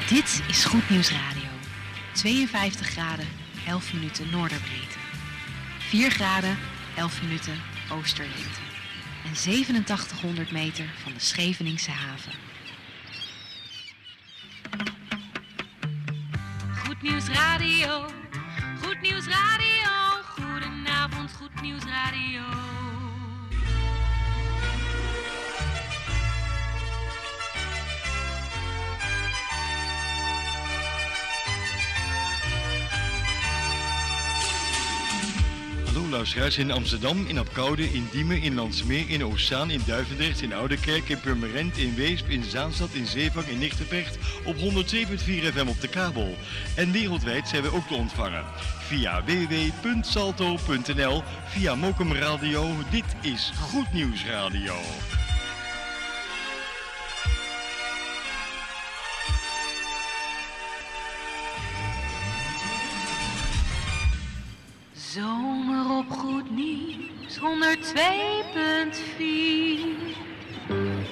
Dit is Goed Nieuws Radio. 52 graden, 11 minuten noorderbreedte. 4 graden, 11 minuten oosterlengte. En 8700 meter van de Scheveningse haven. Goed Nieuws Radio. Goed Nieuws Radio. Goedenavond, Goed Nieuws Radio. Hallo luisteraars in Amsterdam, in Apkoude, in Diemen, in Landsmeer, in Oostzaan, in Duivendrecht, in Oudekerk, in Purmerend, in Weesp, in Zaanstad, in Zeevang, in Nigtevecht op 107.4 FM op de kabel. En wereldwijd zijn we ook te ontvangen via www.salto.nl, via Mokum Radio. Dit is Goed Nieuws Radio. Zomer op Goed Nieuws 102.4.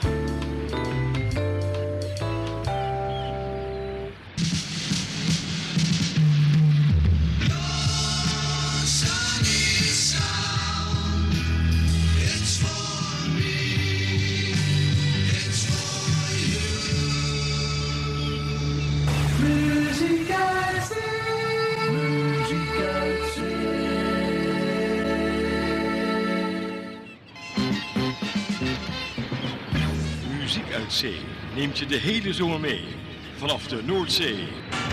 Uit zee neemt je de hele zomer mee, vanaf de Noordzee.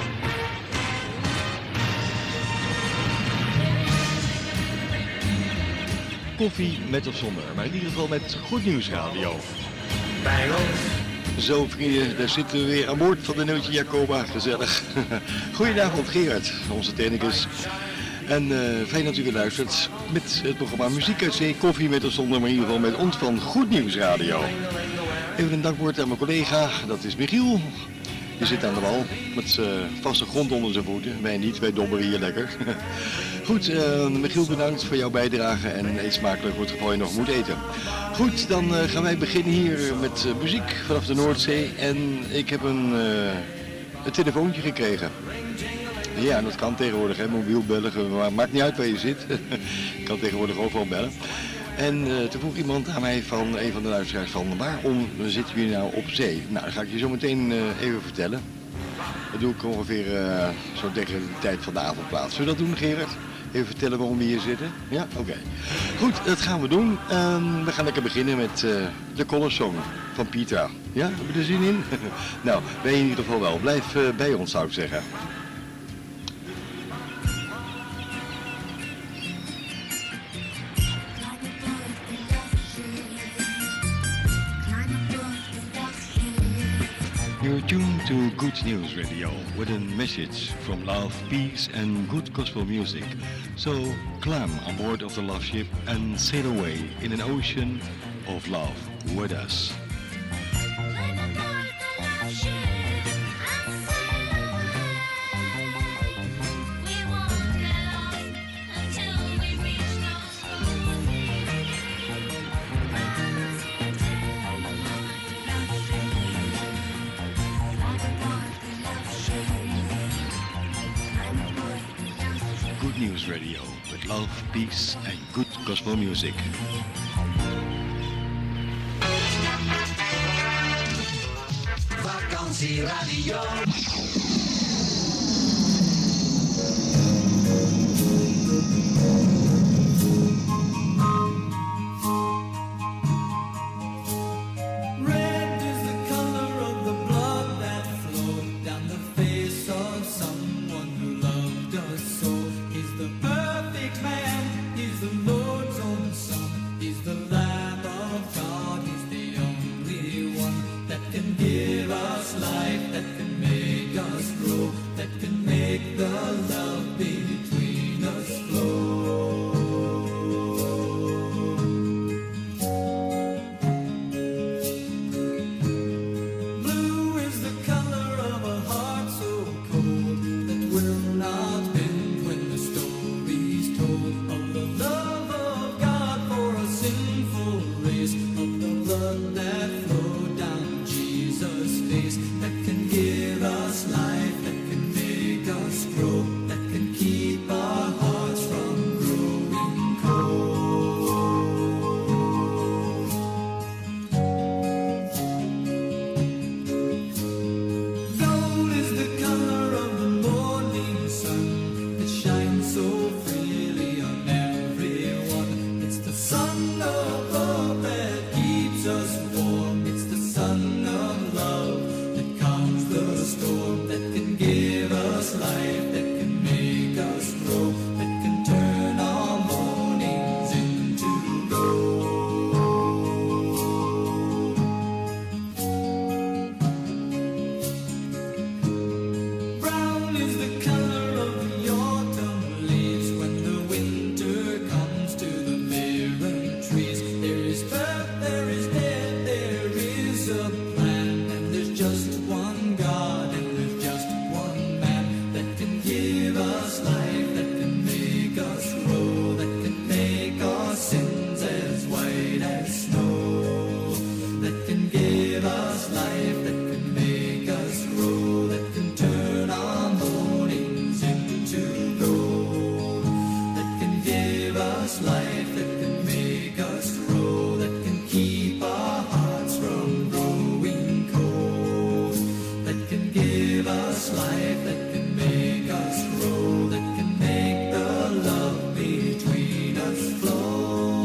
Koffie met of zonder, maar in ieder geval met Goed Nieuws Radio. Bij ons. Zo vrienden, daar zitten we weer aan boord van de Neutje Jacoba, gezellig. Goedenavond Gerard, onze technicus. En fijn dat u weer luistert met het programma Muziek uit Zee, koffie met of zonder, maar in ieder geval met ons van Goed Nieuws Radio. Even een dankwoord aan mijn collega, dat is Michiel. Die zit aan de wal met vaste grond onder zijn voeten. Wij niet, wij dobberen hier lekker. Goed, Michiel bedankt voor jouw bijdrage en eet smakelijk voor het geval je nog moet eten. Goed, dan gaan wij beginnen hier met muziek vanaf de Noordzee. En ik heb een telefoontje gekregen. Ja, dat kan tegenwoordig, hè, mobiel bellen, maar maakt niet uit waar je zit. Ik kan tegenwoordig overal bellen. En toen vroeg iemand aan mij van een van de luisteraars van waarom zitten jullie nou op zee? Nou, dat ga ik je zo meteen even vertellen. Dat doe ik ongeveer zo tegen de tijd van de avond plaats. Zullen we dat doen, Gerard? Even vertellen waarom we hier zitten? Ja? Oké. Goed, dat gaan we doen. We gaan lekker beginnen met de Color Song van Pietra. Ja, heb je er zin in? Nou, wij in ieder geval wel. Blijf bij ons, zou ik zeggen. You're tuned to Good News Radio with a message from love, peace and good gospel music. So climb on board of the love ship and sail away in an ocean of love with us. News Radio with love, peace and good gospel music. Vakantie Radio. The love between us flow. life, that can make us grow, that can turn our mornings into gold, that can give us life, that can make us grow, that can keep our hearts from growing cold, that can give us life, that can make us grow, that can make the love between us flow.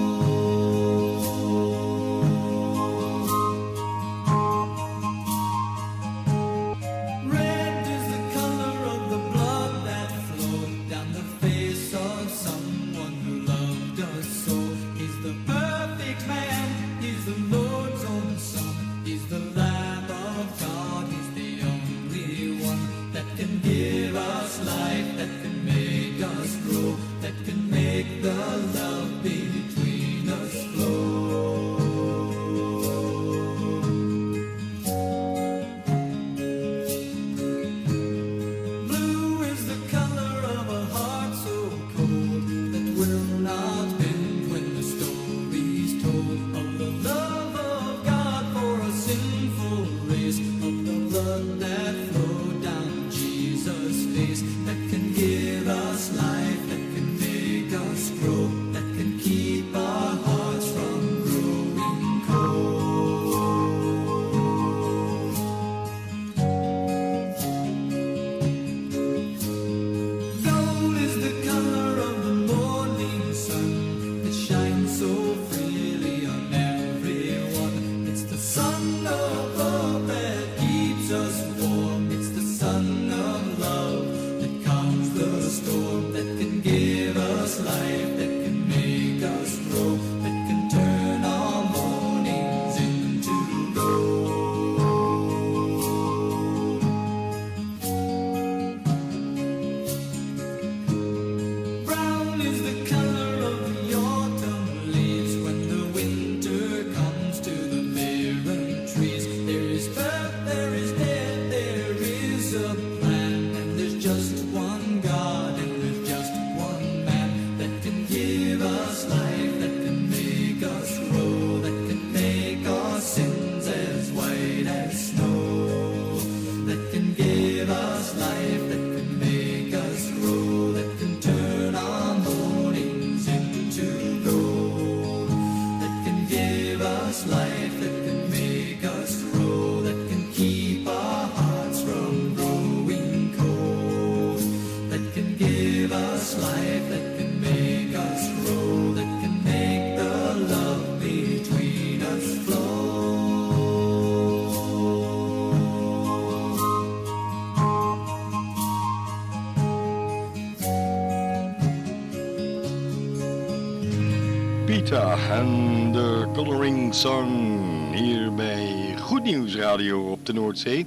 En de Coloring Song hier bij Goed Nieuws Radio op de Noordzee.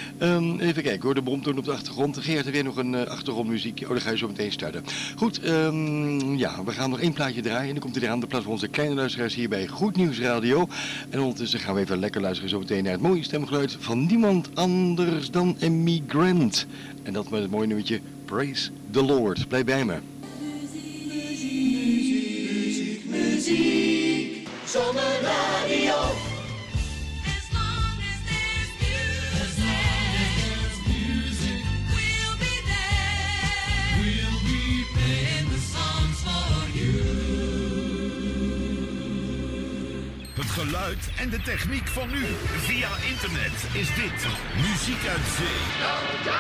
Even kijken hoor, de bomtoon op de achtergrond. Geert, heb jij nog een achtergrondmuziekje? Oh, dan ga je zo meteen starten. Goed, ja, we gaan nog één plaatje draaien. En dan komt hij eraan, de plaats van onze kleine luisteraars hier bij Goed Nieuws Radio. En ondertussen gaan we even lekker luisteren zo meteen naar het mooie stemgeluid van niemand anders dan Emmy Grant. En dat met het mooie nummertje Praise the Lord. Blijf bij me. Muziek, zonder radio. As long as there's music, we'll be there. We'll be playing the songs for you. Het geluid en de techniek van nu. Via internet is dit Muziek uit Zee.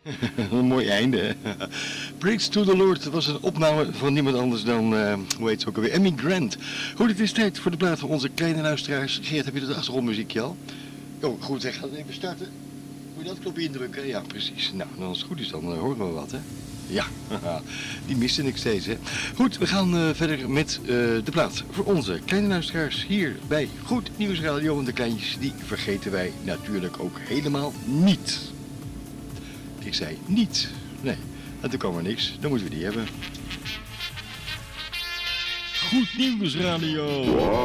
Een mooi einde, hè? Praise to the Lord was een opname van niemand anders dan, hoe heet ze ook alweer, Emmy Grant. Goed, het is tijd voor de plaat van onze kleine luisteraars. Geert, heb je dat achtergrondmuziekje al? Oh, goed, ik ga het even starten. Moet je dat knopje indrukken? Ja, precies. Nou, als het goed is, dan horen we wat, hè? Ja, die miste ik steeds, hè. Goed, we gaan verder met de plaat voor onze kleine luisteraars hier bij Goed Nieuws Radio. En de kleintjes, die vergeten wij natuurlijk ook helemaal niet. Ik zei niet. Nee, en toen kwam er niks. Dan moeten we die hebben. Goed Nieuws Radio.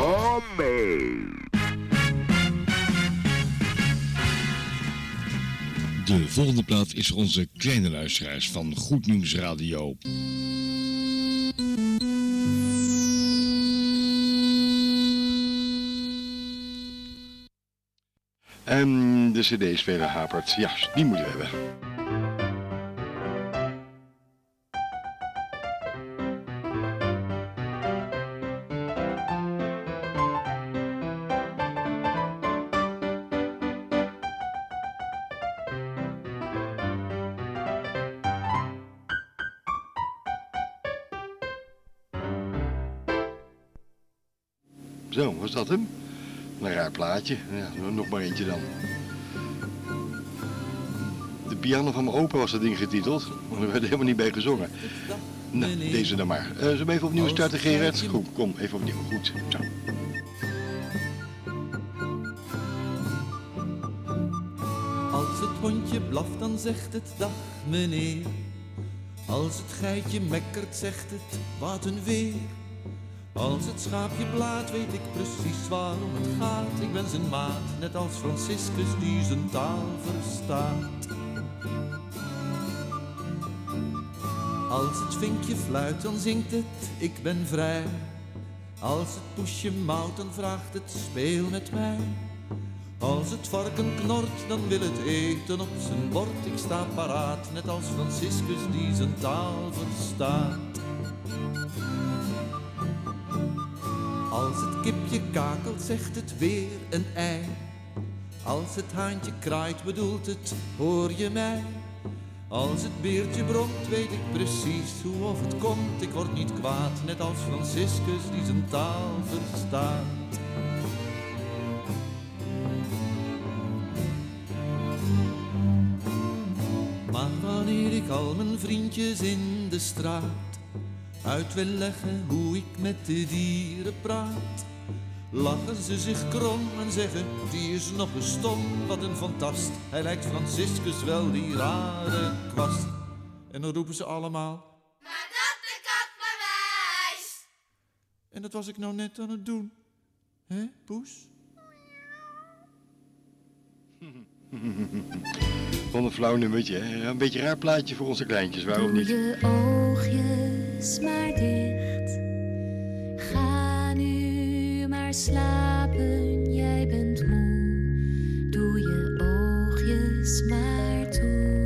De volgende plaat is voor onze kleine luisteraars van Goed Nieuws Radio. En de cd-speler hapert. Ja, die moeten we hebben. Zo, was dat hem? Een raar plaatje. Ja, nog maar eentje dan. De piano van mijn opa was dat ding getiteld. Maar er werd helemaal niet bij gezongen. Nou, deze dan maar. Zullen we even opnieuw starten, Gerard? Goed, kom, even opnieuw. Goed, zo. Als het hondje blaft, dan zegt het dag, meneer. Als het geitje mekkert, zegt het wat een weer. Als het schaapje blaat, weet ik precies waarom het gaat. Ik ben zijn maat, net als Franciscus die zijn taal verstaat. Als het vinkje fluit, dan zingt het, ik ben vrij. Als het poesje mouwt, dan vraagt het, speel met mij. Als het varken knort, dan wil het eten op zijn bord. Ik sta paraat, net als Franciscus die zijn taal verstaat. Als het kipje kakelt, zegt het weer een ei. Als het haantje kraait, bedoelt het, hoor je mij? Als het beertje bromt, weet ik precies hoe of het komt. Ik word niet kwaad, net als Franciscus die zijn taal verstaat. Maar wanneer ik al mijn vriendjes in de straat uit wil leggen hoe ik met de dieren praat, lachen ze zich krom en zeggen, die is nog eens stom. Wat een fantast, hij lijkt Franciscus wel, die rare kwast. En dan roepen ze allemaal, maar dat de kat maar wijs. En dat was ik nou net aan het doen. Hè, Poes? Van een flauw nummertje, hè? Een beetje raar plaatje voor onze kleintjes, waarom niet? Doe je oogjes maar dicht. Ga nu maar slapen, jij bent moe. Doe je oogjes maar toe.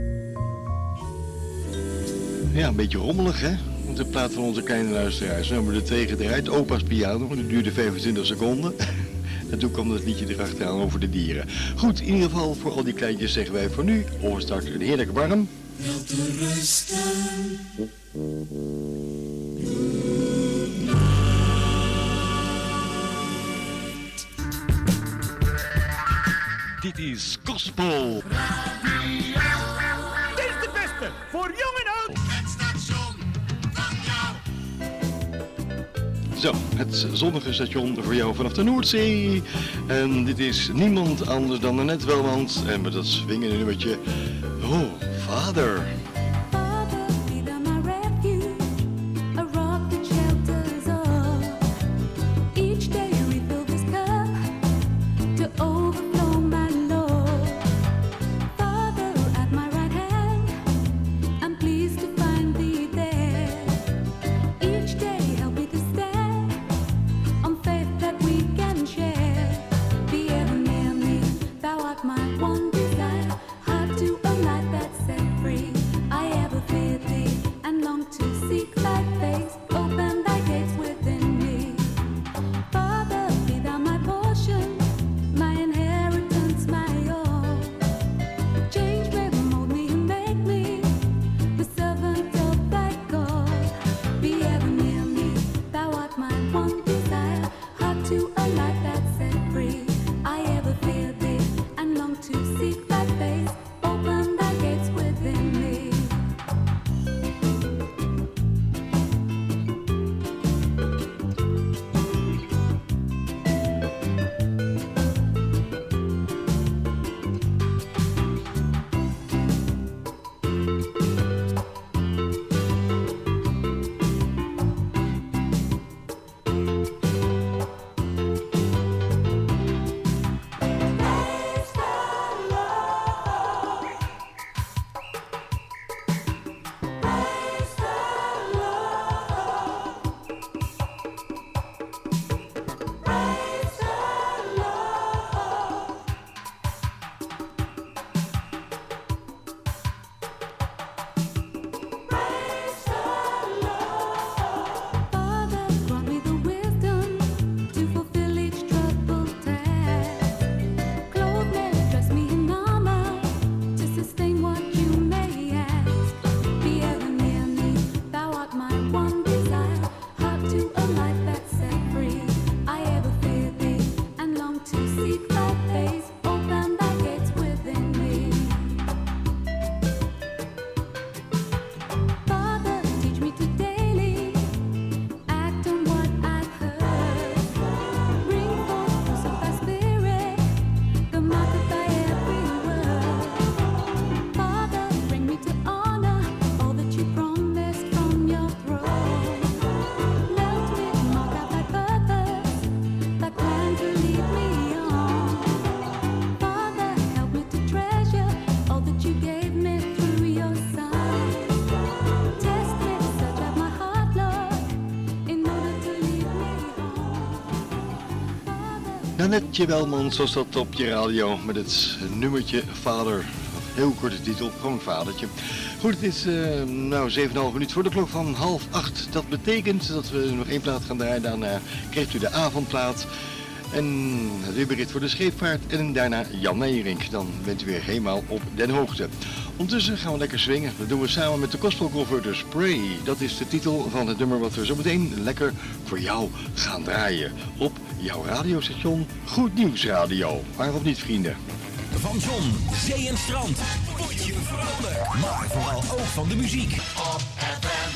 Ja, een beetje rommelig, hè? De plaat van onze kleine luisteraars. Nummer de 2 gedraaid, opa's piano, dat duurde 25 seconden. En toen kwam het liedje erachteraan over de dieren. Goed, in ieder geval voor al die kleintjes zeggen wij voor nu, overstart een heerlijke warm. Wel te rusten. Dit is Gospel. Dit is de beste, voor jong en oud. Het station van jou. Zo, het zonnige station voor jou vanaf de Noordzee. En dit is niemand anders dan Annette Welmans. En met dat swingende nummertje, oh, Vader. My one desire, heart to a life that's set free. to a life that's set free. I ever fear thee and long to seek thy face. Open thy gates within me. Annette Welmans was dat op je radio met het nummertje Vader. Heel korte titel, gewoon Vadertje. Goed, het is 7,5 minuten voor de klok van 7:30. Dat betekent dat we nog één plaat gaan draaien. Daarna krijgt u de avondplaat. En het weerbericht voor de scheepvaart. En daarna Jan Nijrink. Dan bent u weer helemaal op den hoogte. Ondertussen gaan we lekker swingen. Dat doen we samen met de Gospel Converter Spray. Dat is de titel van het nummer wat we zo meteen lekker voor jou gaan draaien. Op jouw radiostation Goed Nieuws Radio. Waarom niet, vrienden? Van zon, zee en strand. Word je vrolijk. Maar vooral ook van de muziek. Op FM.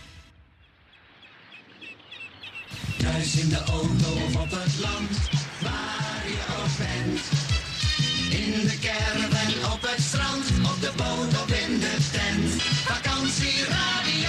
Thuis in de auto of op het land, waar je ook bent. In de caravan, op het strand, op de boot of in de tent. Vakantieradio.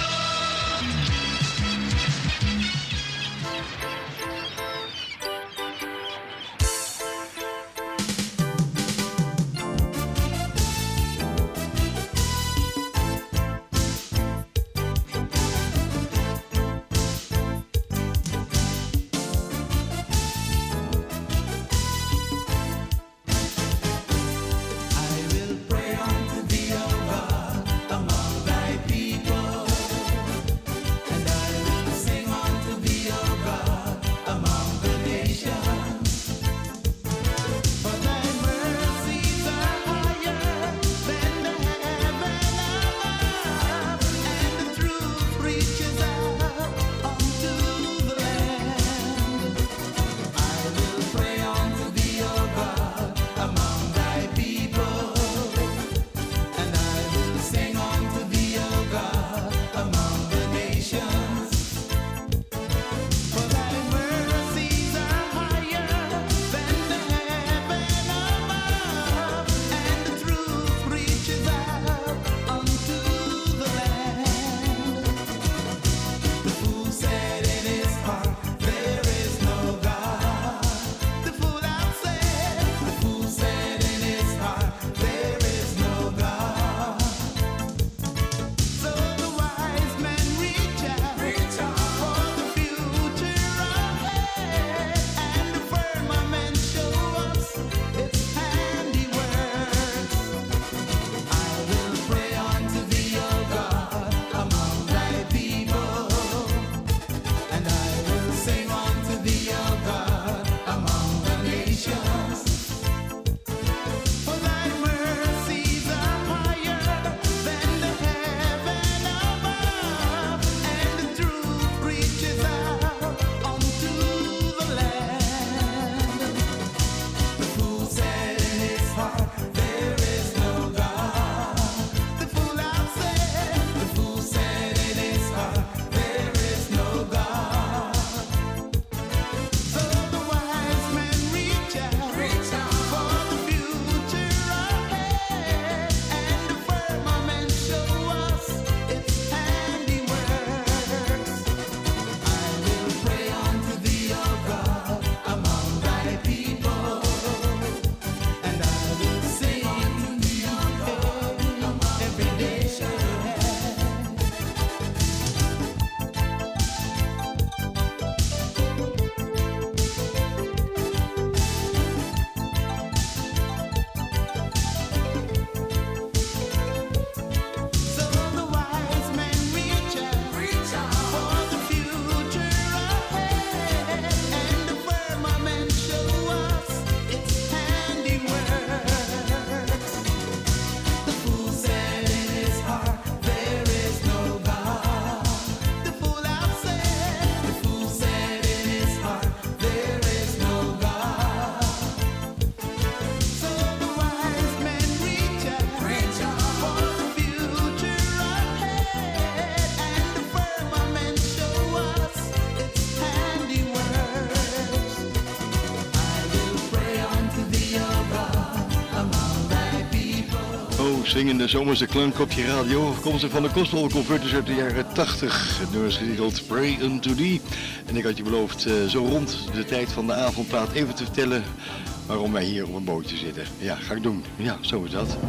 swingende zomerse klank op je radio. Afkomstig van de Gospel Converters uit de jaren 80. Het nummer is getiteld Pray Unto Thee. En ik had je beloofd zo rond de tijd van de avondplaat even te vertellen waarom wij hier op een bootje zitten. Ja, ga ik doen. Ja, zo is dat.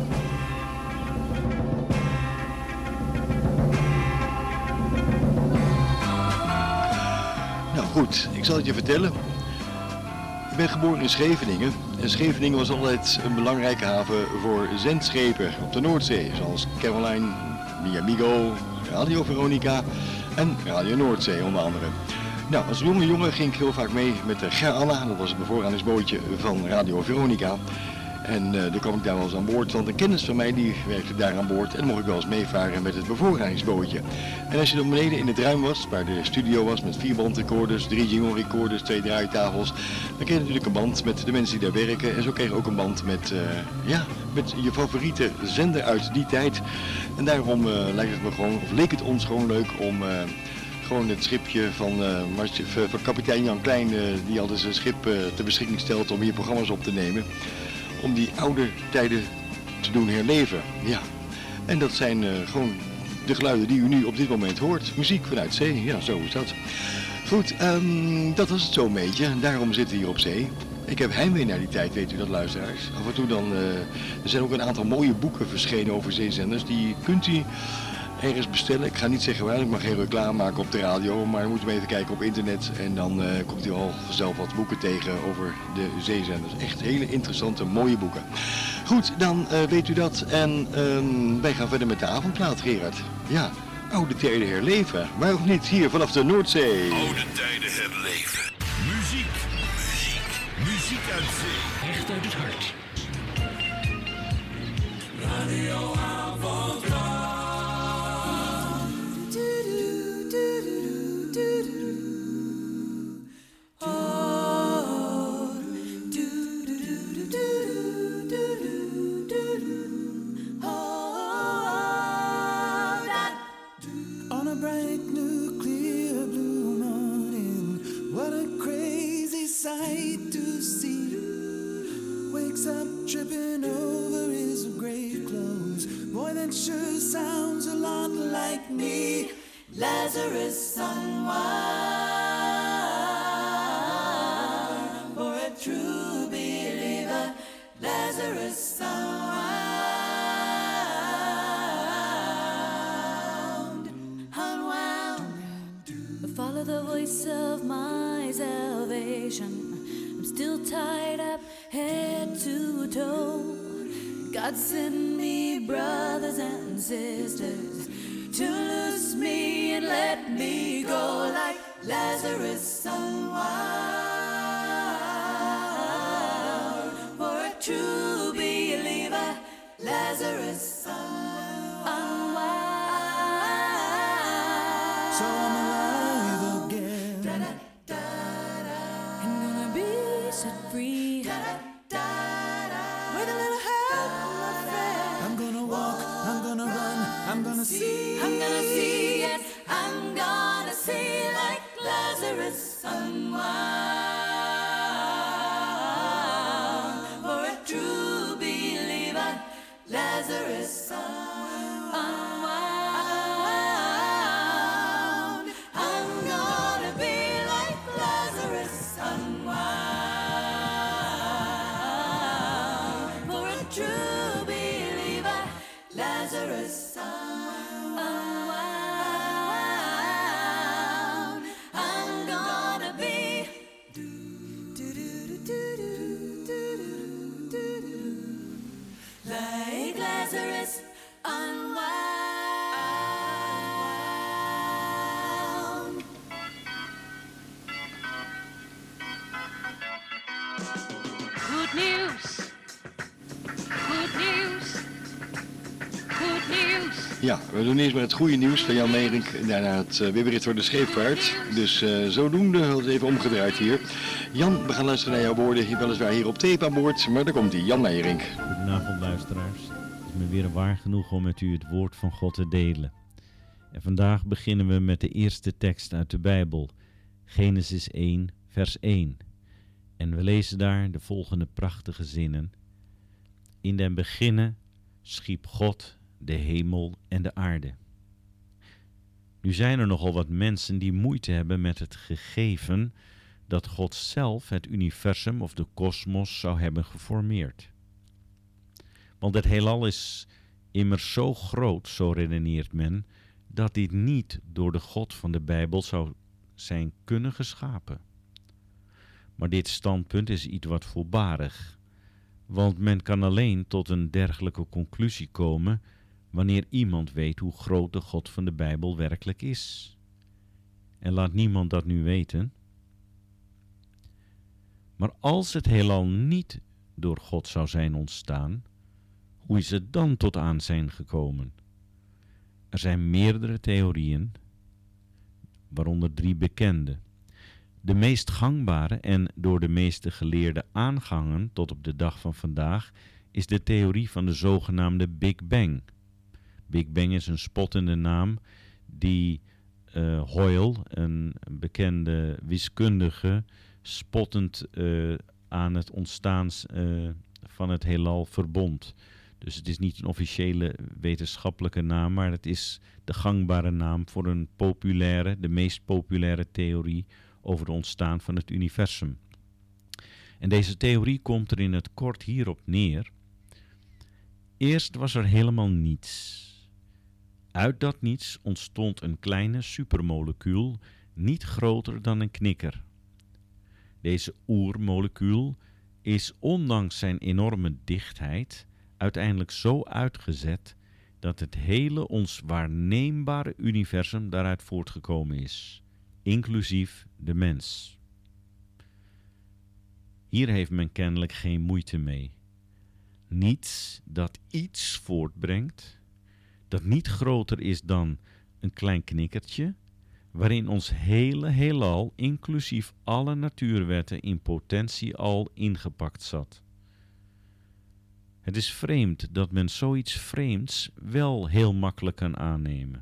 Nou goed, ik zal het je vertellen. Ik ben geboren in Scheveningen. En Scheveningen was altijd een belangrijke haven voor zendschepen op de Noordzee. Zoals Caroline, Miamigo, Radio Veronica en Radio Noordzee onder andere. Nou, als jonge jongen ging ik heel vaak mee met de Ger Anna. Dat was het bevoorradingsbootje van Radio Veronica. En toen kwam ik daar wel eens aan boord, want een kennis van mij die werkte daar aan boord. En dan mocht ik wel eens meevaren met het bevoorradingsbootje. En als je dan beneden in het ruim was, waar de studio was met 4 bandrecorders, 3 jingle recorders, 2 draaitafels. Dan kreeg je natuurlijk een band met de mensen die daar werken. En zo kreeg je ook een band met, met je favoriete zender uit die tijd. En daarom leek het ons gewoon leuk om gewoon het schipje van kapitein Jan Klein, die altijd zijn schip ter beschikking stelt om hier programma's op te nemen. Om die oude tijden te doen herleven. Ja. En dat zijn gewoon de geluiden die u nu op dit moment hoort. Muziek vanuit zee. Ja, zo is dat. Goed, dat was het zo'n beetje. Daarom zitten we hier op zee. Ik heb heimwee naar die tijd, weet u dat, luisteraars. Af en toe dan, er zijn ook een aantal mooie boeken verschenen over zeezenders. Die kunt u ergens bestellen. Ik ga niet zeggen waar, ik mag geen reclame maken op de radio, maar dan moet u even kijken op internet en dan komt u al vanzelf wat boeken tegen over de zeezenders. Echt hele interessante, mooie boeken. Goed, dan weet u dat en wij gaan verder met de avondplaat, Gerard. Ja, oude tijden herleven, maar ook niet hier vanaf de Noordzee. Oude tijden herleven. Muziek, muziek uit zee. Echt uit het hart. Radio Avondplaat. On a bright new clear blue morning, what a crazy sight to see. Wakes up tripping over his grave clothes. Boy, that sure sounds a lot like me. Lazarus unwound. For a true believer, Lazarus unwound. Unwound. Follow the voice of my salvation. I'm still tied up head to toe. God send me brothers and sisters to loose me and let me go like Lazarus unwound. For a true believer, Lazarus unwound. So I'm alive again. I'm gonna be set free. With a little help, my friend. I'm gonna walk, I'm gonna run, I'm gonna see. I'm gonna see, yes, I'm gonna see like Lazarus unwound. For a true believer, Lazarus unwound. I'm gonna be like Lazarus unwound. For a true believer, Lazarus unwound. I'm gonna be like Lazarus unwound. Good news. Good news. Good news. Ja, we doen eerst maar het goede nieuws van Jan Meijering en daarna het weerbericht voor de scheepvaart. Dus zodoende, het even omgedraaid hier. Jan, we gaan luisteren naar jouw woorden, weliswaar hier op tape aan boord, maar daar komt hij, Jan Meijering. Goedenavond luisteraars. Het is me weer waar genoeg om met u het woord van God te delen. En vandaag beginnen we met de eerste tekst uit de Bijbel, Genesis 1, vers 1. En we lezen daar de volgende prachtige zinnen. In den beginne schiep God de hemel en de aarde. Nu zijn er nogal wat mensen die moeite hebben met het gegeven dat God zelf het universum of de kosmos zou hebben geformeerd. Want het heelal is immers zo groot, zo redeneert men, dat dit niet door de God van de Bijbel zou zijn kunnen geschapen. Maar dit standpunt is iets wat voorbarig, want men kan alleen tot een dergelijke conclusie komen wanneer iemand weet hoe groot de God van de Bijbel werkelijk is. En laat niemand dat nu weten. Maar als het heelal niet door God zou zijn ontstaan, hoe is het dan tot aanzijn gekomen? Er zijn meerdere theorieën, waaronder 3 bekende. De meest gangbare en door de meeste geleerden aangehangen tot op de dag van vandaag is de theorie van de zogenaamde Big Bang. Big Bang is een spottende naam die Hoyle, een bekende wiskundige, spottend aan het ontstaan van het heelal verbond. Dus het is niet een officiële wetenschappelijke naam, maar het is de gangbare naam voor een populaire, de meest populaire theorie over het ontstaan van het universum. En deze theorie komt er in het kort hierop neer. Eerst was er helemaal niets. Uit dat niets ontstond een kleine supermolecuul, niet groter dan een knikker. Deze oermolecuul is ondanks zijn enorme dichtheid uiteindelijk zo uitgezet dat het hele ons waarneembare universum daaruit voortgekomen is, inclusief de mens. Hier heeft men kennelijk geen moeite mee. Niets dat iets voortbrengt, dat niet groter is dan een klein knikkertje, waarin ons hele heelal, inclusief alle natuurwetten, in potentie al ingepakt zat. Het is vreemd dat men zoiets vreemds wel heel makkelijk kan aannemen.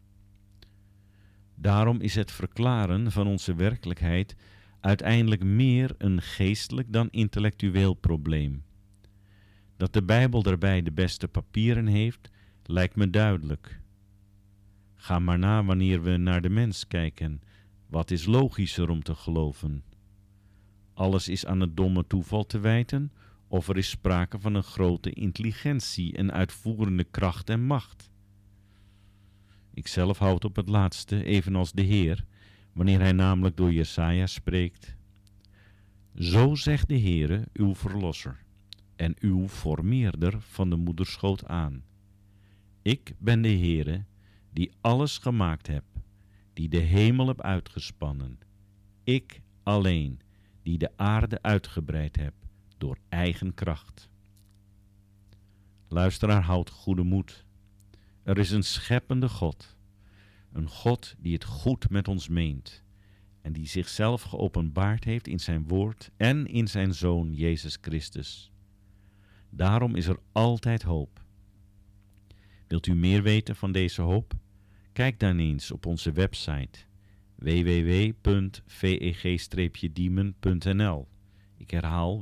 Daarom is het verklaren van onze werkelijkheid uiteindelijk meer een geestelijk dan intellectueel probleem. Dat de Bijbel daarbij de beste papieren heeft, lijkt me duidelijk. Ga maar na wanneer we naar de mens kijken. Wat is logischer om te geloven? Alles is aan het domme toeval te wijten, of er is sprake van een grote intelligentie en uitvoerende kracht en macht. Ikzelf houd op het laatste, evenals de Heer, wanneer hij namelijk door Jesaja spreekt. Zo zegt de Heere, uw verlosser, en uw formeerder van de moederschoot aan. Ik ben de Heere, die alles gemaakt heb, die de hemel heb uitgespannen. Ik alleen, die de aarde uitgebreid heb, door eigen kracht. Luisteraar, houd goede moed. Er is een scheppende God. Een God die het goed met ons meent. En die zichzelf geopenbaard heeft in zijn woord en in zijn Zoon Jezus Christus. Daarom is er altijd hoop. Wilt u meer weten van deze hoop? Kijk dan eens op onze website www.veg-diemen.nl. Ik herhaal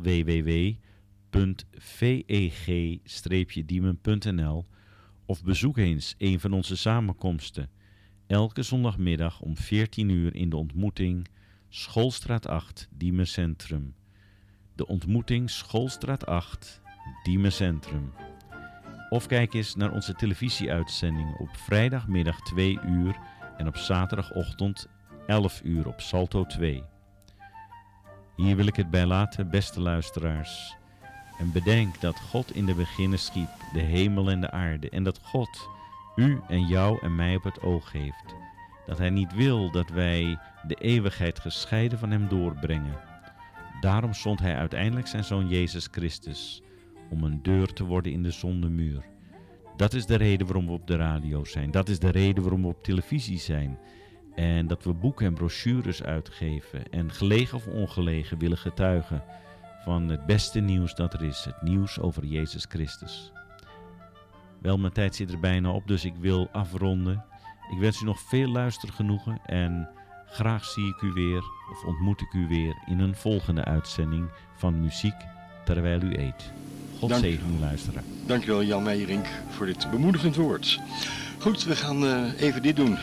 www.veg-diemen.nl of bezoek eens een van onze samenkomsten. Elke zondagmiddag om 14 uur in de ontmoeting Schoolstraat 8, Diemen Centrum. De ontmoeting Schoolstraat 8, Diemen Centrum. Of kijk eens naar onze televisieuitzending op vrijdagmiddag 2 uur en op zaterdagochtend 11 uur op Salto 2. Hier wil ik het bij laten, beste luisteraars. En bedenk dat God in de beginnen schiep de hemel en de aarde. En dat God u en jou en mij op het oog heeft. Dat hij niet wil dat wij de eeuwigheid gescheiden van hem doorbrengen. Daarom zond hij uiteindelijk zijn Zoon Jezus Christus om een deur te worden in de zondemuur. Dat is de reden waarom we op de radio zijn. Dat is de reden waarom we op televisie zijn. En dat we boeken en brochures uitgeven en gelegen of ongelegen willen getuigen van het beste nieuws dat er is. Het nieuws over Jezus Christus. Wel, mijn tijd zit er bijna op, dus ik wil afronden. Ik wens u nog veel luistergenoegen en graag zie ik u weer of ontmoet ik u weer in een volgende uitzending van Muziek terwijl u eet. God zegen u luisteren. Dankjewel Jan Meijerink voor dit bemoedigend woord. Goed, we gaan even dit doen.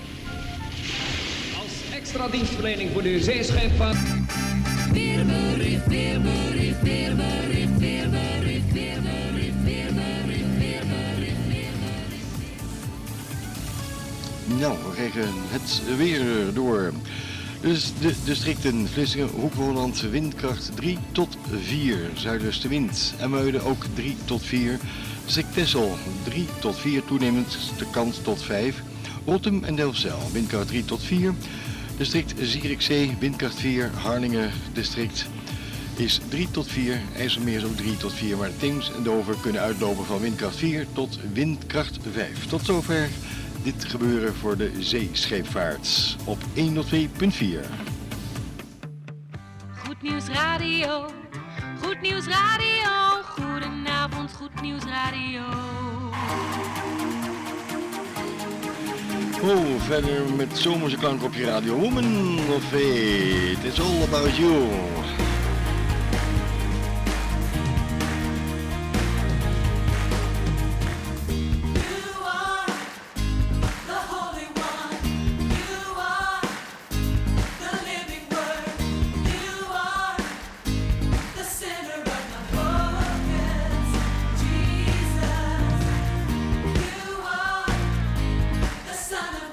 Als extra dienstverlening voor de zeescheepvaart. Weerbericht, weerbericht, weerbericht, weerbericht, weerbericht, weerbericht, weerbericht, weerbericht. Nou, we krijgen het weer door. Dus de districten Vlissingen, Hoek van Holland, windkracht 3 tot 4. Zuidwestenwind en Muiden ook 3 tot 4. District Texel 3 tot 4, toenemend de kans tot 5. Rotterdam en Delfzijl, windkracht 3 tot 4. District Zierikzee, windkracht 4. Harlingen district is 3 tot 4. IJsselmeer is ook 3 tot 4. Maar Theems en Dover kunnen uitlopen van windkracht 4 tot windkracht 5. Tot zover dit gebeuren voor de zeescheepvaart op 102.4. Goed Nieuws Radio, Goed Nieuws Radio, goedenavond Goed Nieuws Radio. Oh, verder met zomerse klank op je radio. Woman of Fate, it's all about you.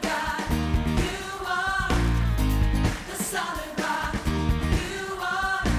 Solid rock, you are.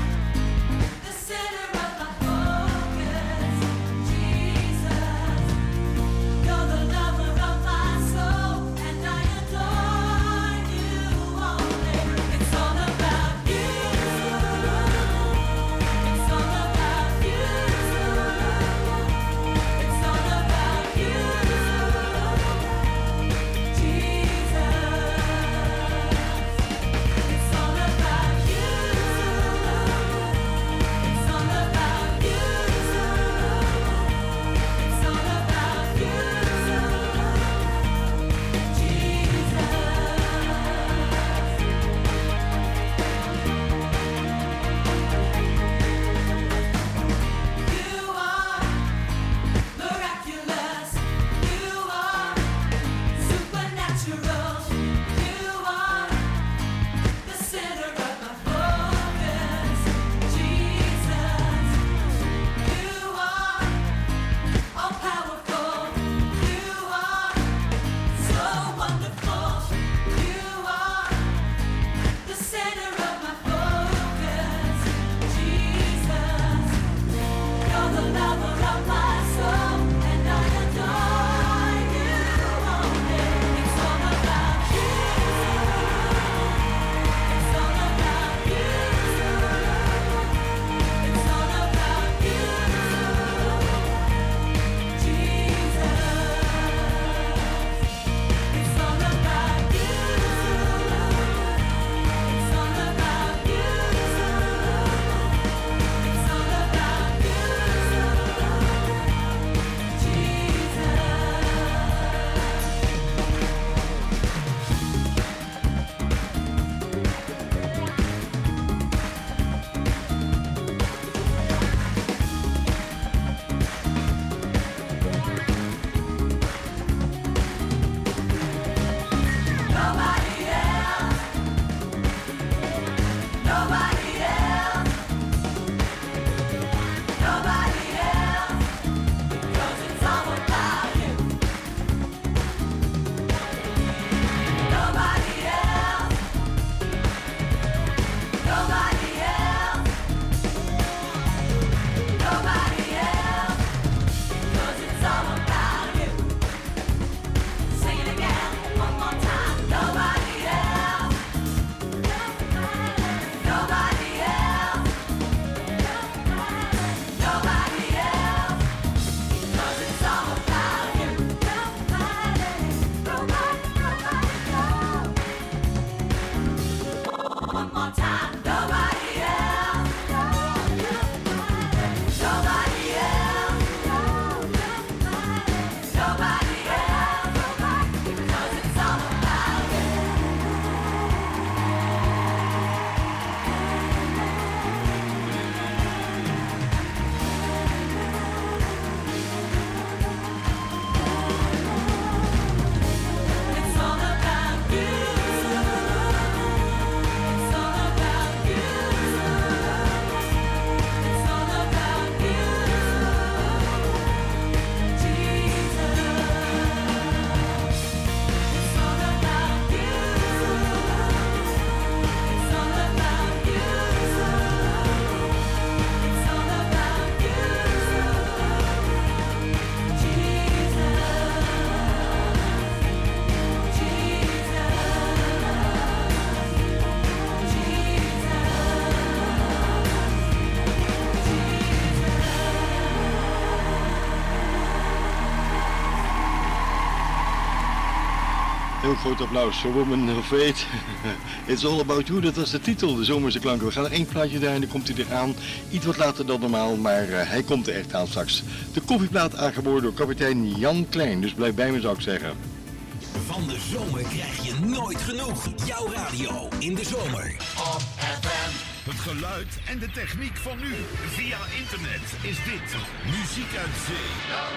Heel groot applaus voor Woman of Fate. It's All About You, dat was de titel, de zomerse klanken. We gaan er één plaatje draaien en dan komt hij eraan. Iets wat later dan normaal, maar hij komt er echt aan straks. De koffieplaat aangeboden door kapitein Jan Klein, dus blijf bij me zou ik zeggen. Van de zomer krijg je nooit genoeg. Jouw radio in de zomer. Op FM. Het geluid en de techniek van nu. Via internet is dit Muziek uit Zee.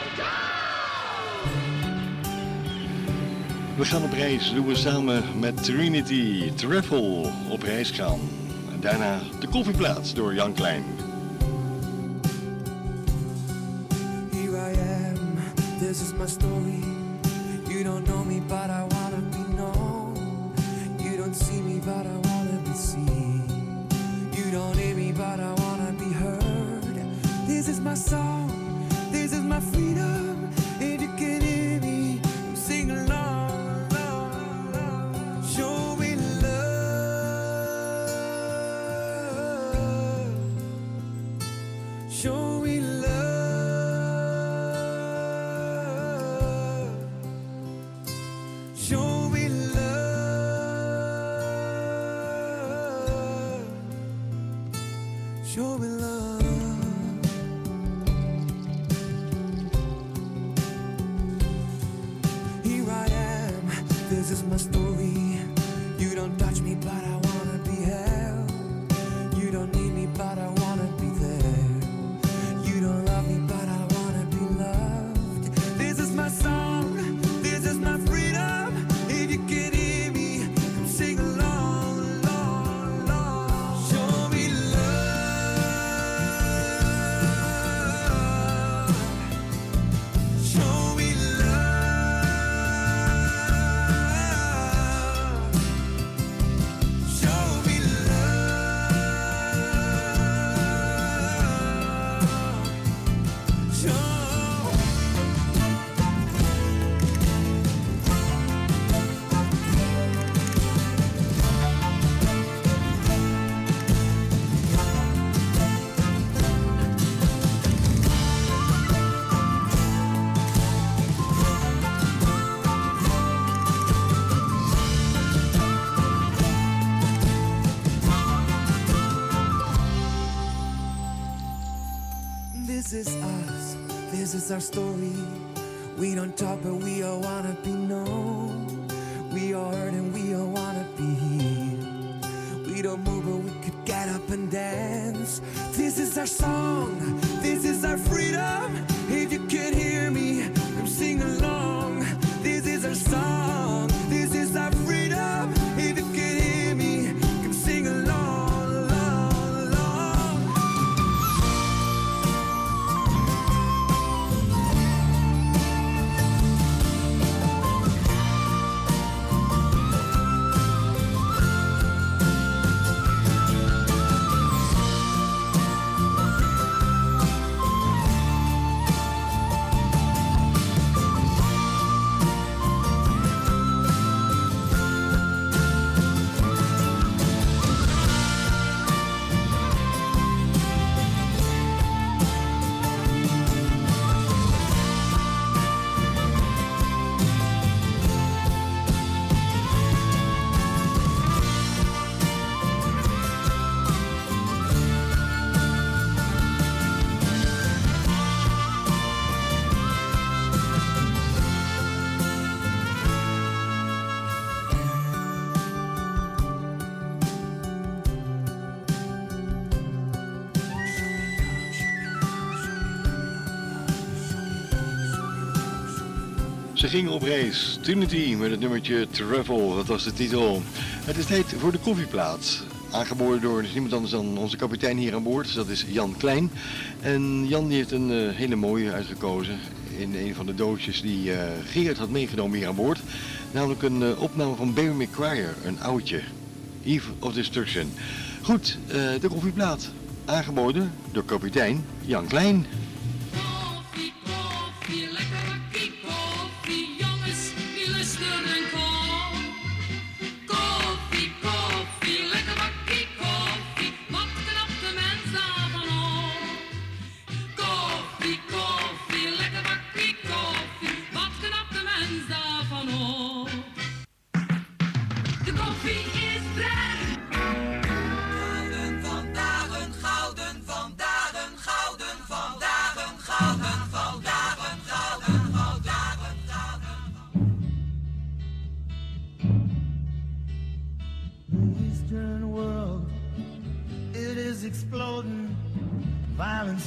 We gaan op reis, doen we samen met Trinity Travel op reis gaan. En daarna de koffieplaats door Jan Klein. Here I am, this is my story. You don't know me, but I wanna be known. You don't see me, but I wanna be seen. You don't hear me, but I wanna be heard. This is my song, this is my freedom. If you can hear me, sing along. Show me love. Show me love. Show me love. Show me love. Here I am, this is my story. You don't touch me, but I wanna be held. You don't need me, but I wanna be there. You don't love me, but I wanna be loved. This is my song, this is my freedom. If you can hear me, sing along, along, along. Show me love. Show me love. Show me love. Show. This is us, this is our story. We don't talk, but we all wanna be known. We all hurt and we all wanna be healed. We don't move, but we could get up and dance. This is our song, this is our freedom. If you can hear me, sing along. This is our song, this is our freedom. If you can hear me, sing along, along, along. Ze gingen op reis. Trinity met het nummertje Travel, dat was de titel. Het is tijd voor de koffieplaats. Aangeboden door niemand anders dan onze kapitein hier aan boord. Dat is Jan Klein. En Jan die heeft een hele mooie uitgekozen. In een van de doosjes die Gerard had meegenomen hier aan boord. Namelijk een opname van Barry McGuire, een oudje. Eve of Destruction. Goed, de koffieplaat. Aangeboden door kapitein Jan Klein. Koffie, koffie, lekker bakkie koffie, jongens, die lusten en kom. Koffie, koffie, lekker bakkie koffie, wat knapt de mens daarvan op? Koffie, koffie, lekker bakkie koffie, wat knapt de mens daarvan op?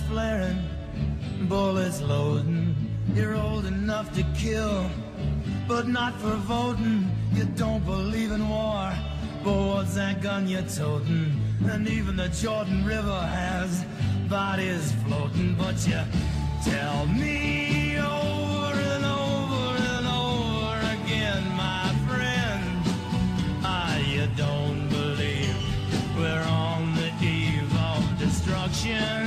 flaring, bullets loading. You're old enough to kill, but not for voting. You don't believe in war, but what's that gun you're toting? And even the Jordan River has bodies floating. But you tell me over and over and over again, my friend, you don't believe we're on the eve of destruction.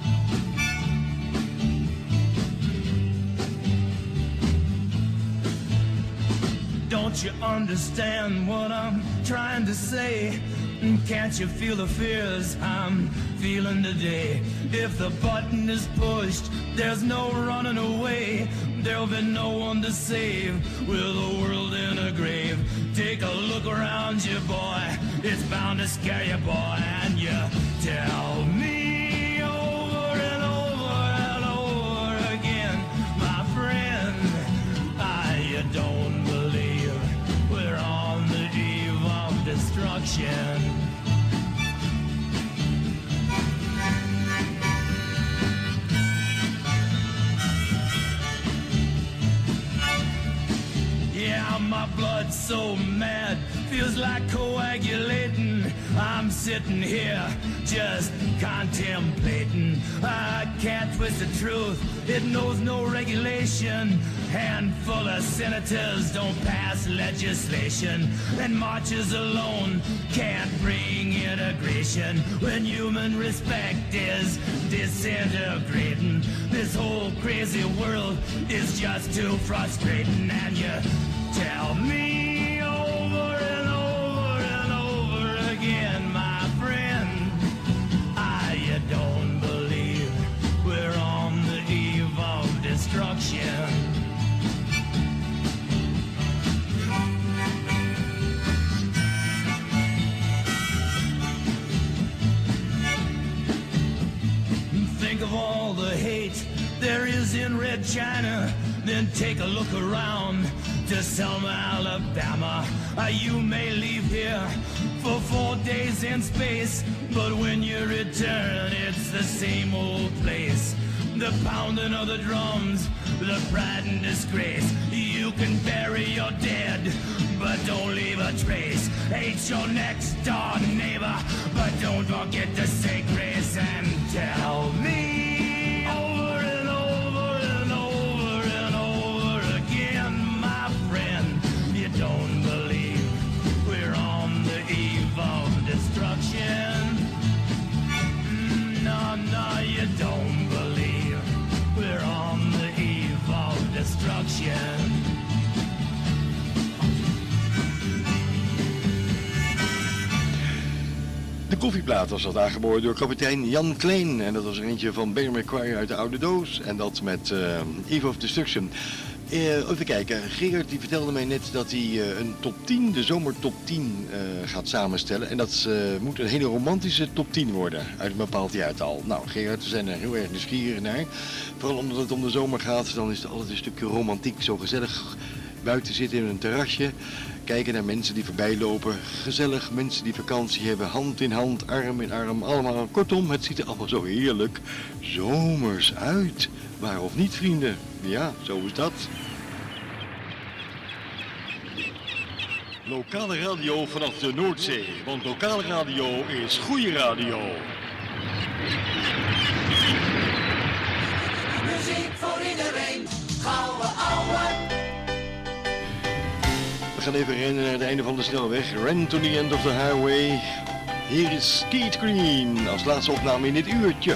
Don't you understand what I'm trying to say? Can't you feel the fears I'm feeling today? If the button is pushed, there's no running away. There'll be no one to save with the world in a grave. Take a look around you, boy. It's bound to scare you, boy. And you tell me over and over and over again, my friend, you don't believe we're on the eve of destruction. Yeah, my blood's so mad, feels like coagulating. I'm sitting here just contemplating. I can't twist the truth, it knows no regulation. Handful of senators don't pass legislation, and marches alone can't bring integration. When human respect is disintegrating, this whole crazy world is just too frustrating. And you tell me over and over and over again, my friend, you don't believe we're on the eve of destruction. Think of all the hate there is in Red China, then take a look around to Selma, Alabama. You may leave here for 4 days in space, but when you return, it's the same old place. The pounding of the drums, the pride and disgrace. You can bury your dead, but don't leave a trace. Hate your next door neighbor, but don't forget to say grace. And tell me over and over and over and over again, my friend, you don't believe we're on the eve of destruction. No, you don't believe we're on the eve of destruction. De koffieplaat was dat aangeboden door kapitein Jan Klein. En dat was er eentje van Bear McQuire uit de oude doos. En dat met Eve of Destruction. Even kijken, Gerard die vertelde mij net dat hij een top 10, de zomertop 10 gaat samenstellen. En dat moet een hele romantische top 10 worden uit een bepaald jaartal. Nou Gerard, we zijn er heel erg nieuwsgierig naar. Vooral omdat het om de zomer gaat, dan is het altijd een stukje romantiek. Zo gezellig buiten zitten in een terrasje. Kijken naar mensen die voorbij lopen. Gezellig, mensen die vakantie hebben. Hand in hand, arm in arm. Allemaal. Kortom, het ziet er allemaal zo heerlijk zomers uit. Waar of niet, vrienden? Ja, zo is dat. Lokale radio vanaf de Noordzee. Want lokale radio is goede radio. Muziek voor iedereen. Gouden ouwe. We gaan even rennen naar het einde van de snelweg. Ren to the end of the highway. Hier is Skeet Green als laatste opname in dit uurtje.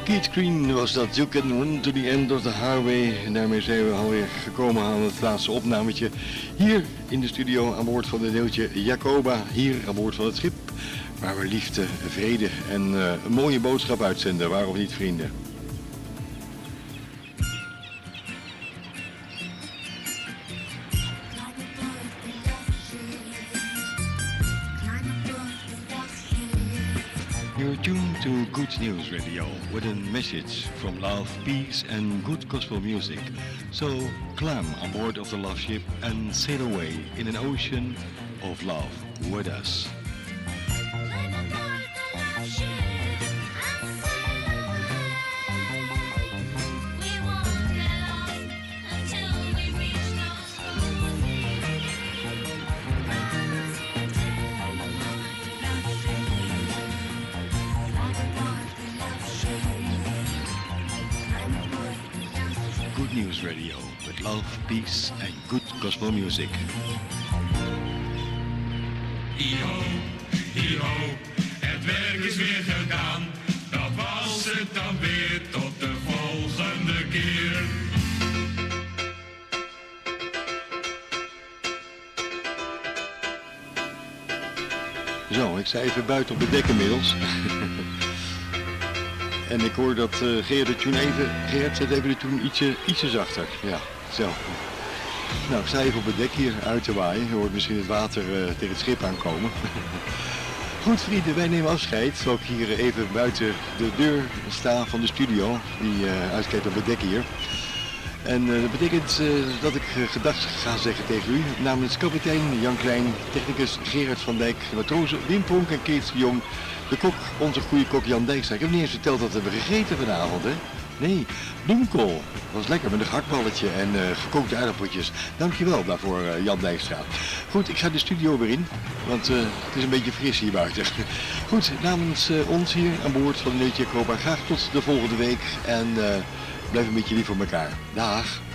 Keith Green was dat. You can run to the end of the highway. En daarmee zijn we alweer gekomen aan het laatste opnametje. Hier in de studio aan boord van de deeltje Jacoba. Hier aan boord van het schip. Waar we liefde, vrede en een mooie boodschap uitzenden. Waarom niet, vrienden? You're tuned to Good News Radio with a message from love, peace and good gospel music. So climb on board of the love ship and sail away in an ocean of love with us. News Radio with love, peace and good gospel music. Ho, ho, het werk is weer gedaan. Dat was het dan weer, tot de volgende keer. Zo, ik sta even buiten op het dek inmiddels. En ik hoor dat Geert de tune even... Geert, zet even de tune ietsje zachter. Ja, zo. Nou, ik sta even op het dek hier uit te waaien. Je hoort misschien het water tegen het schip aankomen. Goed, vrienden, wij nemen afscheid. Zal ik hier even buiten de deur staan van de studio. Die uitkijkt op het dek hier. En dat betekent dat ik gedag ga zeggen tegen u. Namens kapitein Jan Klein, technicus Gerard van Dijk, matrozen Wim Pronk en Kees de Jong. De kok, onze goede kok Jan Dijkstra. Ik heb niet eens verteld dat we hebben gegeten vanavond, hè? Nee, bloemkool. Dat was lekker met een gehaktballetje en gekookte aardappeltjes. Dankjewel daarvoor, Jan Dijkstra. Goed, ik ga de studio weer in, want het is een beetje fris hier buiten. Goed, namens ons hier aan boord van de Neutje Jacoba, graag tot de volgende week. En blijf een beetje lief voor elkaar. Dag.